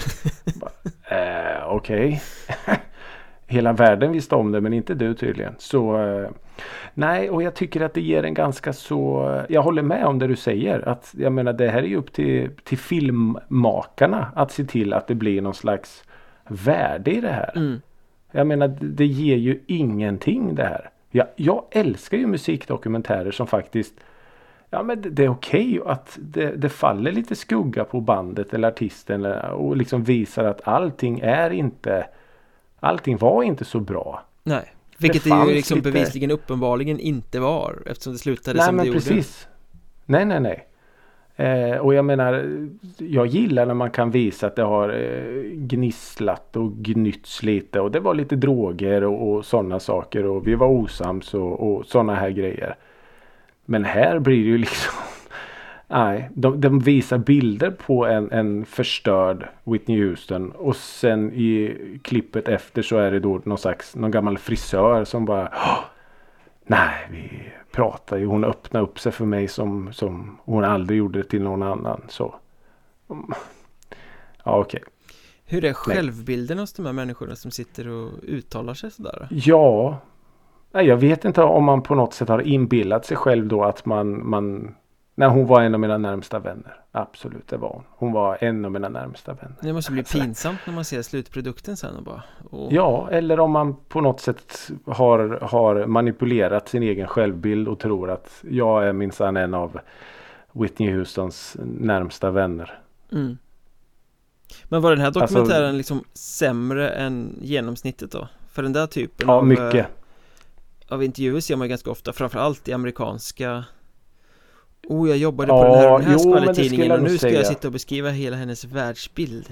eh, Okej. Okay. Hela världen visste om det, men inte du tydligen. Så eh, nej, och jag tycker att det ger en ganska så, jag håller med om det du säger, att jag menar det här är ju upp till, till filmmakarna att se till att det blir någon slags värde i det här. Mm. Jag menar det, det ger ju ingenting det här. Jag, jag älskar ju musikdokumentärer som faktiskt, ja men det, det är okej att det, det faller lite skugga på bandet eller artisten och liksom visar att allting är inte, allting var inte så bra. Nej, vilket det, det ju liksom lite... bevisligen uppenbarligen inte var, eftersom det slutade nej, som men det precis. gjorde. Nej, nej, nej. Eh, och jag menar, jag gillar när man kan visa att det har eh, gnisslat och gnytts lite och det var lite droger och, och sådana saker och vi var osams och, och sådana här grejer. Men här blir det ju liksom nej, de, de visar bilder på en, en förstörd Whitney Houston och sen i klippet efter så är det då någon slags, någon gammal frisör som bara nej, vi pratar ju, hon öppnar upp sig för mig som, som hon aldrig gjorde till någon annan, så ja, okej. Okay. Hur är självbilden hos de här människorna som sitter och uttalar sig sådär? Ja, jag vet inte om man på något sätt har inbillat sig själv då att man, man när hon var en av mina närmsta vänner. Absolut, det var hon. Hon var en av mina närmsta vänner. Det måste bli pinsamt när man ser slutprodukten sen och bara... Och... Ja, eller om man på något sätt har, har manipulerat sin egen självbild och tror att jag är minsann en av Whitney Houstons närmsta vänner. Mm. Men var den här dokumentären alltså, liksom sämre än genomsnittet då? För den där typen ja, av, mycket. av intervjuer ser man ju ganska ofta, framförallt i amerikanska... Oh, jag jobbade ja, på den här, den här jo, skvallertidningen och nu ska säga. jag sitta och beskriva hela hennes världsbild.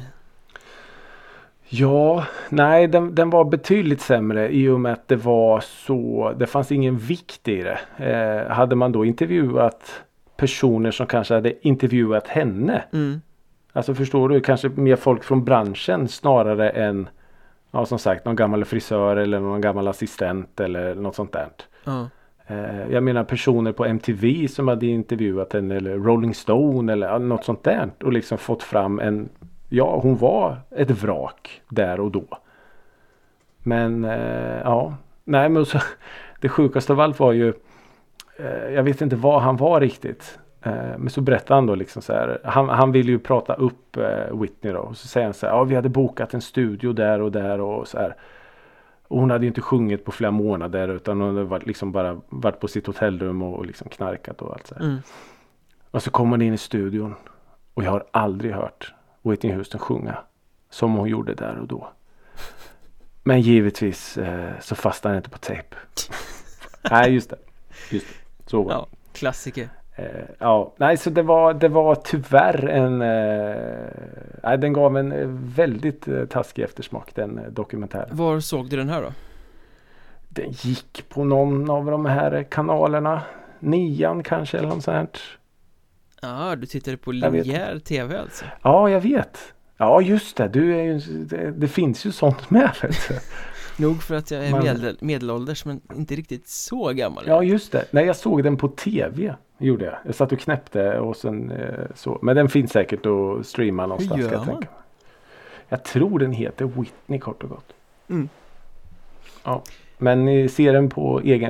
Ja, nej, den, den var betydligt sämre i och med att det var så, det fanns ingen vikt i det. Eh, hade man då intervjuat personer som kanske hade intervjuat henne, Mm. alltså förstår du, kanske mer folk från branschen snarare än, ja som sagt, någon gammal frisör eller någon gammal assistent eller något sånt där. Ja. Eh, jag menar personer på M T V som hade intervjuat henne eller Rolling Stone eller något sånt där och liksom fått fram en, ja hon var ett vrak där och då. Men eh, ja, nej men så, det sjukaste av allt var ju, eh, jag vet inte vad han var riktigt. Eh, men så berättade han då liksom så här, han, han ville ju prata upp eh, Whitney då och så säger han så här, ja vi hade bokat en studio där och där och så här. Och hon hade ju inte sjungit på flera månader utan hon hade varit, liksom bara varit på sitt hotellrum och, och liksom knarkat och allt så här. Mm. Och så kom hon in i studion och jag har aldrig hört Whitney Houston sjunga som hon gjorde där och då. Men givetvis eh, så fastnade han inte på tejp. Nej, just det. Just det. Så var det. Ja, klassiker. Eh, ja, nej så det var, det var tyvärr en eh, nej, den gav en eh, väldigt eh, taskig eftersmak, den eh, dokumentären. Var såg du den här då? Den gick på någon av de här kanalerna, nian kanske eller något sånt. Ja, ah, du tittade på linjär tv alltså. Ja, jag vet. Ja, just det. Du är ju, det, det finns ju sånt med. Nog för att jag är Man... medel, medelålders men inte riktigt så gammal. Ja, just det. Nej, jag såg den på tv. Gjorde jag. Jag satt och knäppte och sen eh, så. Men den finns säkert att streama någonstans. Hur gör jag man? tänka. Jag tror den heter Whitney kort och gott. Mm. Ja. Men ni ser den på egen risk.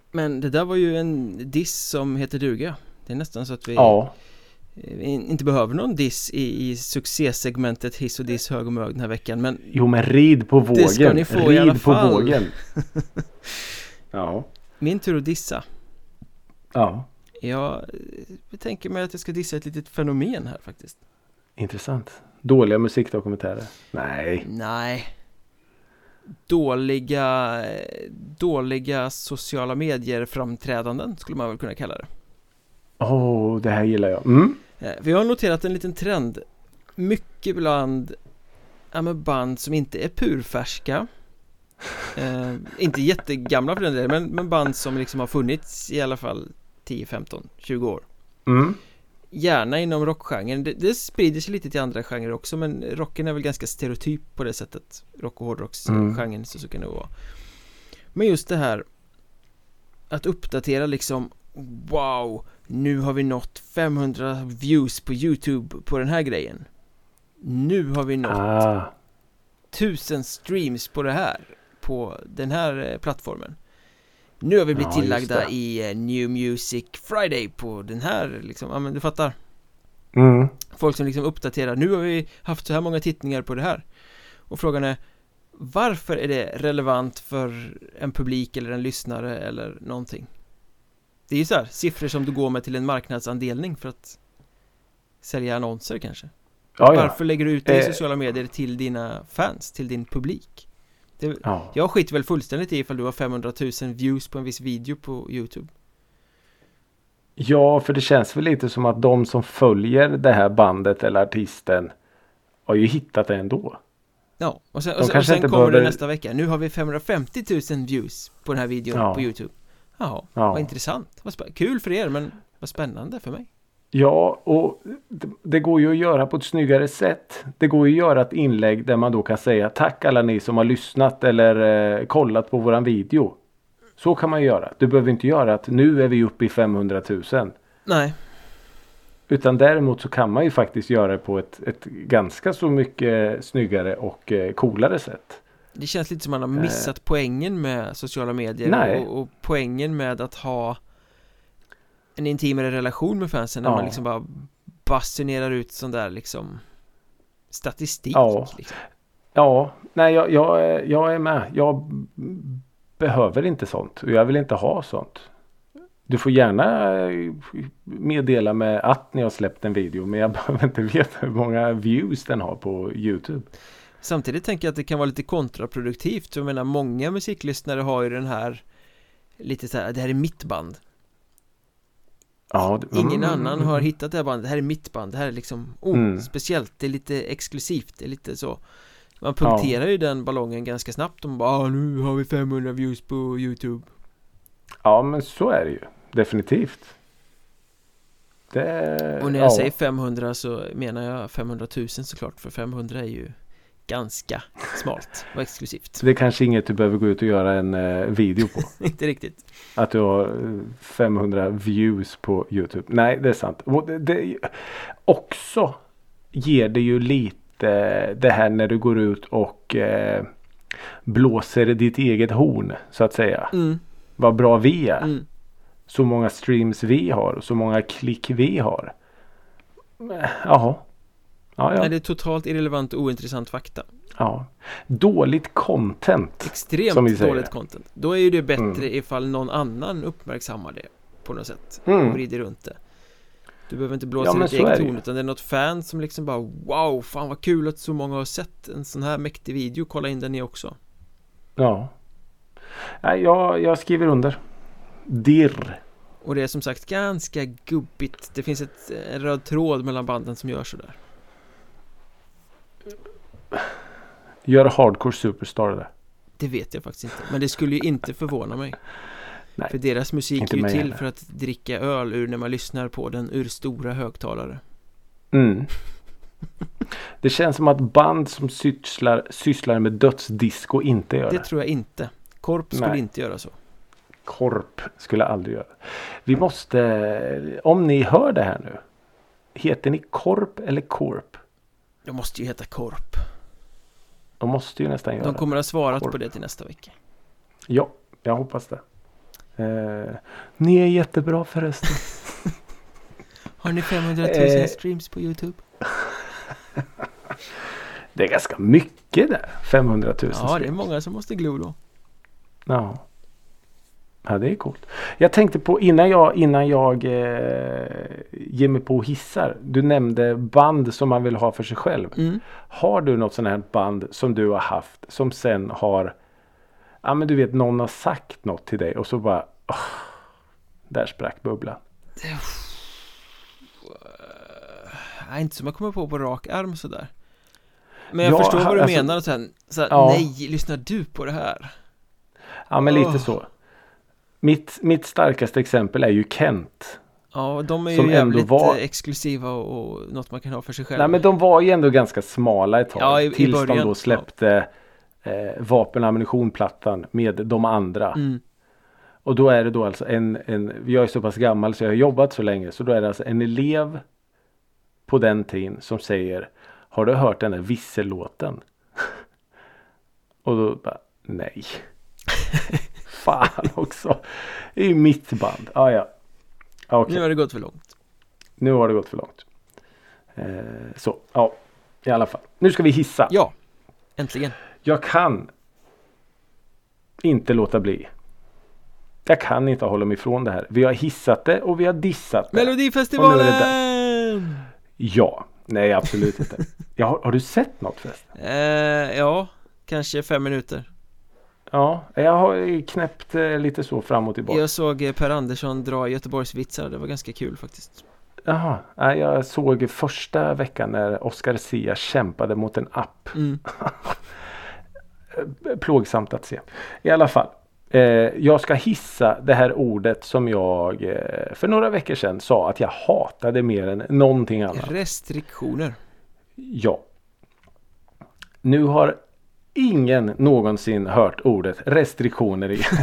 Men det där var ju en diss som heter duga. Det är nästan så att vi Ja. inte behöver någon diss i, i succésegmentet hiss och diss hög och mög den här veckan. Men Jo, men rid på vågen. det ska ni få rid i alla på fall. vågen. Ja. Min tur att dissa. Ja. Jag tänker mig att jag ska dissa ett litet fenomen här faktiskt. Intressant. Dåliga musikdokumentärer. Nej. Nej. Dåliga dåliga sociala medier framträdanden skulle man väl kunna kalla det. Åh, oh, det här gillar jag. Mm. Vi har noterat en liten trend. Mycket bland ja, med band som inte är purfärska. eh, inte jättegamla för den delen, men, men band som liksom har funnits i alla fall tio, femton, tjugo år. Mm. Gärna inom rockgenren. Det, det sprider sig lite till andra genrer också, men rocken är väl ganska stereotyp på det sättet. Rock- och hårdrocksgenren, mm. så, så kan det vara. Men just det här att uppdatera liksom, wow, nu har vi nått femhundra views på YouTube på den här grejen. Nu har vi nått ah. tusen streams på det här, på den här eh, plattformen. Nu har vi blivit ja, tillagda i uh, New Music Friday på den här liksom, ja men du fattar. Mm. Folk som liksom uppdaterar, nu har vi haft så här många tittningar på det här. Och frågan är, varför är det relevant för en publik eller en lyssnare eller någonting? Det är ju så här, siffror som du går med till en marknadsandelning för att sälja annonser kanske. Ja, ja. Varför lägger du ut det i eh. sociala medier till dina fans, till din publik? Det, ja. Jag skiter väl fullständigt i ifall du har femhundratusen views på en viss video på YouTube. Ja, för det känns väl lite som att de som följer det här bandet eller artisten har ju hittat det ändå. Ja, och sen, de och sen, och sen kommer behöver... det nästa vecka. Nu har vi femhundrafemtiotusen views på den här videon ja. på YouTube. Jaha, ja. vad intressant. Vad spä- kul för er, men vad spännande för mig. Ja, och det, det går ju att göra på ett snyggare sätt. Det går ju att göra ett inlägg där man då kan säga tack alla ni som har lyssnat eller eh, kollat på våran video. Så kan man göra. Du behöver inte göra att nu är vi uppe i femhundratusen. Nej. Utan däremot så kan man ju faktiskt göra det på ett, ett ganska så mycket snyggare och eh, coolare sätt. Det känns lite som man har missat eh. poängen med sociala medier. Nej. Och, och poängen med att ha en intimare relation med fansen när ja. man liksom bara basunerar ut sån där liksom statistik. Ja, liksom. ja. Nej, jag, jag, jag är med. Jag behöver inte sånt. Och jag vill inte ha sånt. Du får gärna meddela med att ni har släppt en video, men jag behöver inte veta hur många views den har på YouTube. Samtidigt tänker jag att det kan vara lite kontraproduktivt. Jag menar, många musiklyssnare har ju den här lite så här, det här är mitt band. Ja, det, Ingen mm, annan mm, har hittat det här bandet. Det här är mitt band. Det här är liksom oh, mm. speciellt. Det är lite exklusivt. Det är lite så. Man punkterar ja. ju den ballongen ganska snabbt. De bara, ah, nu har vi femhundra views på YouTube. Ja, men så är det ju. Definitivt. Det, och när jag ja. säger femhundra så menar jag femhundratusen såklart. För femhundra är ju ganska smalt och exklusivt. Det är kanske inget du behöver gå ut och göra en eh, video på. Inte riktigt. Att du har femhundra views på YouTube. Nej, det är sant. Och det, det, också ger det ju lite det här när du går ut och eh, blåser ditt eget horn, så att säga. Mm. Vad bra vi är. Mm. Så många streams vi har och så många klick vi har. Jaha. Ja, ja. Nej, det är totalt irrelevant och ointressant fakta. Ja. Dåligt content. Extremt dåligt content. Då är ju det bättre mm. ifall någon annan uppmärksammar det på något sätt. Mm. Och vrider runt det. Du behöver inte blåsa ja, ditt eget ton, utan det är något fan som liksom bara wow, fan vad kul att så många har sett en sån här mäktig video. Kolla in den ni också. Ja. Nej, jag, jag skriver under. Dirr. Och det är som sagt ganska gubbigt. Det finns ett, en röd tråd mellan banden som gör sådär. Gör Hardcore Superstar där. Det vet jag faktiskt inte. Men det skulle ju inte förvåna mig. Nej, för deras musik är ju till heller. för att dricka öl ur när man lyssnar på den ur stora högtalare. Mm. Det känns som att band som sysslar, sysslar med dödsdisco inte gör det. Det tror jag inte. Korp skulle Nej. inte göra så. Korp skulle aldrig göra. Vi måste, om ni hör det här nu, heter ni Korp eller Korp? De måste ju heta Korp. De måste ju nästan göra De kommer att ha svarat Korp. på det till nästa vecka. Ja, jag hoppas det. Eh, ni är jättebra förresten. Har ni femhundratusen eh, streams på YouTube? Det är ganska mycket där. femhundratusen Ja, streams. Det är många som måste glo då. Ja. Ja, det är coolt. Jag tänkte på innan jag, innan jag eh, ger mig på hissar. Du nämnde band som man vill ha för sig själv. Mm. Har du något sånt här band som du har haft som sen har, ja men du vet, någon har sagt något till dig och så bara, oh, där sprack bubblan. Nej, inte som jag kommer på på rak arm sådär. Men jag ja, förstår vad du alltså, menar och sen, så här, ja. nej, lyssnar du på det här? Ja, men lite oh. så. Mitt, mitt starkaste exempel är ju Kent. Ja, de är som ju jävligt var... exklusiva och, och något man kan ha för sig själv. Nej, men de var ju ändå ganska smala ett tag. Ja, i, tills i början, de då släppte ja. eh, vapen- och ammunitionplattan med de andra. Mm. Och då är det då alltså en, en, jag är så pass gammal så jag har jobbat så länge. Så då är det alltså en elev på den tiden som säger, har du hört den där vissellåten? Och då bara, nej. Fan också. Det är ju mitt band. Ah, ja. Okay. Nu har det gått för långt. Nu har det gått för långt. Eh, så, ja. I alla fall. Nu ska vi hissa. Ja, äntligen. Jag kan inte låta bli. Jag kan inte hålla mig ifrån det här. Vi har hissat det och vi har dissat det. Melodifestivalen! Det ja. Nej, absolut inte. Jag har, har du sett något förresten? Eh, ja, kanske fem minuter. Ja, jag har knäppt eh, lite så fram och tillbaka. Jag såg eh, Per Andersson dra Göteborgsvitsar. Det var ganska kul faktiskt. Jaha, jag såg första veckan när Oscar Sia kämpade mot en app. Mm. Plågsamt att se. I alla fall. Eh, jag ska hissa det här ordet som jag eh, för några veckor sedan sa att jag hatade mer än någonting annat. Restriktioner. Ja. Nu har ingen någonsin hört ordet restriktioner igen.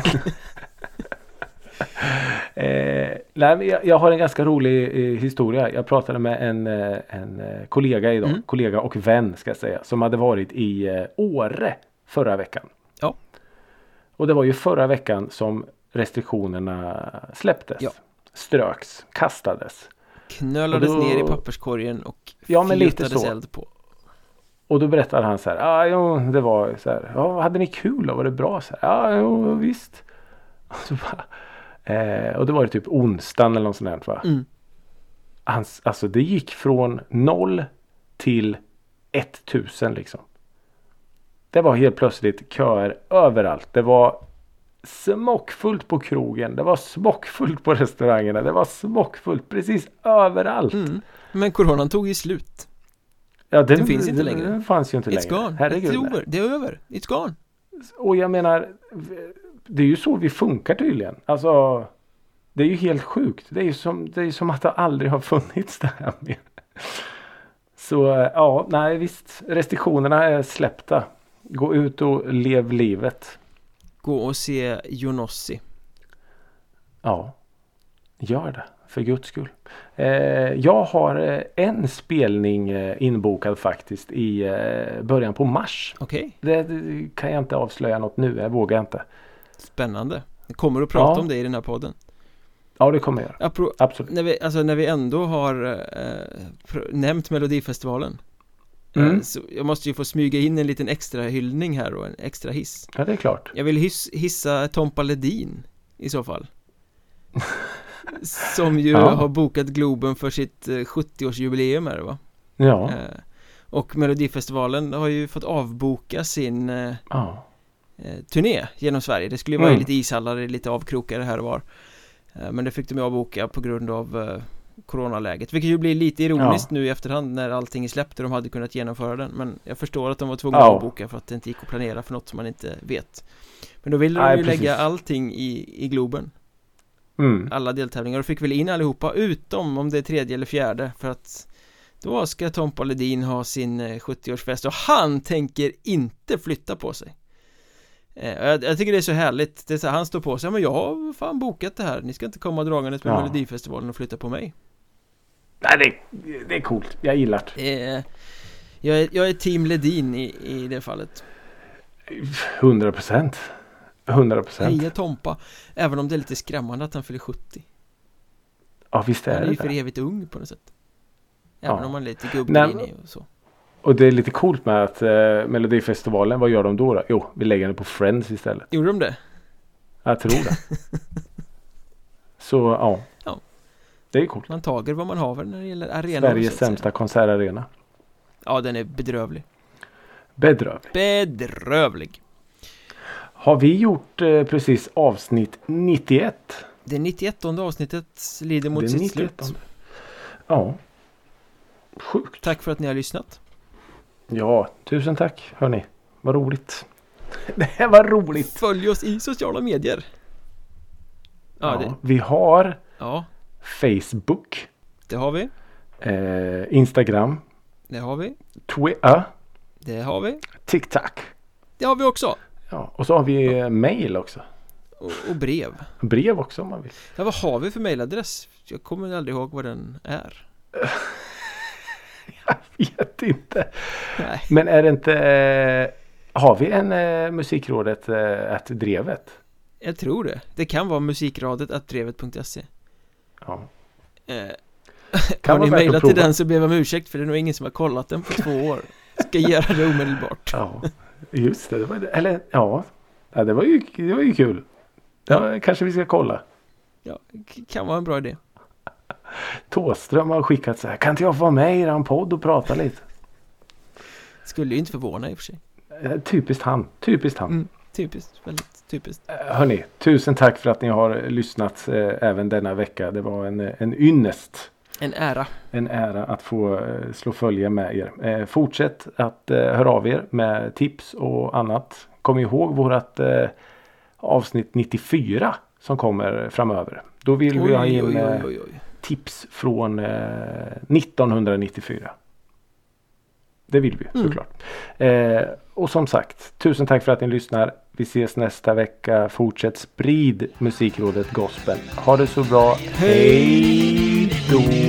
eh, nej, jag, jag har en ganska rolig eh, historia. Jag pratade med en, eh, en eh, kollega idag. Mm. Kollega och vän ska jag säga. Som hade varit i eh, Åre förra veckan. Ja. Och det var ju förra veckan som restriktionerna släpptes. Ja. Ströks. Kastades. Knölades då, ner i papperskorgen och ja, men lite så. Eld på. Och då berättade han så här, ah, jo, det var så här, ja, hade ni kul då? Var det bra? Så här, ja, jo, visst. Och, så bara, eh, och då var det typ onsdagen eller något sånt där, va? Mm. Hans, alltså det gick från noll till etttusen liksom. Det var helt plötsligt köer överallt. Det var smockfullt på krogen. Det var smockfullt på restaurangerna. Det var smockfullt precis överallt. Mm. Men coronan tog ju slut. Ja, den, det finns inte den, längre. Den fanns ju inte It's längre. Gone. Herregud, It's over. Det är över. It's gone. Och jag menar, det är ju så vi funkar tydligen. Alltså, det är ju helt sjukt. Det är ju som, det är som att det aldrig har funnits det här med. Så ja, nej visst. Restriktionerna är släppta. Gå ut och lev livet. Gå och se Jonossi. Ja, gör det. För Guds skull. Eh, jag har en spelning inbokad faktiskt i eh, början på mars. Okej. Okay. Det, det kan jag inte avslöja något nu. Jag vågar inte. Spännande. Kommer att prata ja. om det i den här podden. Ja, det kommer jag göra. Apro- Absolut. När vi, alltså när vi ändå har eh, pr- nämnt Melodifestivalen. Mm. Eh, så jag måste ju få smyga in en liten extra hyllning här och en extra hiss. Ja, det är klart. Jag vill hiss, hissa Tompa Ledin i så fall. Som ju ja. har bokat Globen för sitt sjuttioårsjubileum här, va? Ja. Eh, och Melodifestivalen har ju fått avboka sin eh, ja. eh, turné genom Sverige. Det skulle ju vara mm. lite ishallar, lite avkrokare här och var. Eh, men det fick de ju avboka på grund av eh, coronaläget. Vilket ju blir lite ironiskt ja. nu i efterhand när allting är släppt och de hade kunnat genomföra den. Men jag förstår att de var tvungna ja. att avboka för att det inte gick att planera för något som man inte vet. Men då ville de ju precis. lägga allting i, i Globen. Mm. Alla deltävlingar och fick väl in allihopa utom om det är tredje eller fjärde för att då ska Tompa Ledin ha sin sjuttioårsfest och han tänker inte flytta på sig. eh, jag, jag tycker det är så härligt. Det är så här, han står på sig, men jag har fan bokat det här. Ni ska inte komma dragandes med ja. Melodifestivalen och flytta på mig. Nej, det, det är coolt. Jag gillar det. Eh, jag, är, jag är team Ledin i, i det fallet. hundra procent. hundra procent. Heja Tompa. Även om det är lite skrämmande att han fyller sjuttio. Ja, visst är Han är det ju för det. evigt ung på något sätt. Även Ja. om man är lite gubbgrinig och så. Och det är lite coolt med att eh, Melodifestivalen, vad gör de då, då? Jo, vi lägger det på Friends istället. Gjorde de det? Jag tror det. Så ja. Ja. Det är coolt. Man tager vad man har när det gäller arena. Sveriges sämsta konsertarena. Ja, den är bedrövlig. Bedrövlig. Bedrövlig. Har vi gjort eh, precis avsnitt nittioett? Det nittioettonde avsnittet lider mot Det är sitt nittioettonde. slut. Ja. Sjukt. Tack för att ni har lyssnat. Ja, tusen tack hörni. Vad roligt. Det här var roligt. Följ oss i sociala medier. Ja, Ja, det, vi har ja, Facebook, det har vi. eh, Instagram, Det har vi. Twitter, Det har vi. TikTok. Det har vi också. Ja, och så har vi eh, mail också. Och, och brev. Brev också om man vill. Ja, vad har vi för mailadress? Jag kommer aldrig ihåg vad den är. Jag vet inte. Nej. Men är det inte... Eh, har vi en eh, musikrådet eh, att drevet? Jag tror det. Det kan vara musikradet at drevet punkt se. Ja. Eh, Kan har ni vara värt att mejlat till prova. den så ber jag om ursäkt, för det är nog ingen som har kollat den på två år. Ska göra det omedelbart. Ja, just det. Det var, eller ja. ja, det var ju, det var ju kul. Ja, kanske vi ska kolla. Ja, k- kan vara en bra idé. Tåström har skickat så här. Kan inte jag få vara med i er podd och prata lite? Skulle ju inte förvåna i och för sig. Eh, Typiskt han. Typiskt han. Mm, typiskt, väldigt typiskt. Eh, Hörni, tusen tack för att ni har lyssnat eh, även denna vecka. Det var en, en ynnest. En ära. En ära att få eh, slå följe med er. Eh, fortsätt att eh, höra av er med tips och annat. Kom ihåg vårat eh, avsnitt nittiofyra som kommer framöver. Då vill vi ha in eh, oj, oj, oj. tips från eh, nittonhundranittiofyra. Det vill vi Mm. såklart. Eh, och som sagt, tusen tack för att ni lyssnar. Vi ses nästa vecka. Fortsätt sprid Musikrådet Gospel. Ha det så bra. Hej då!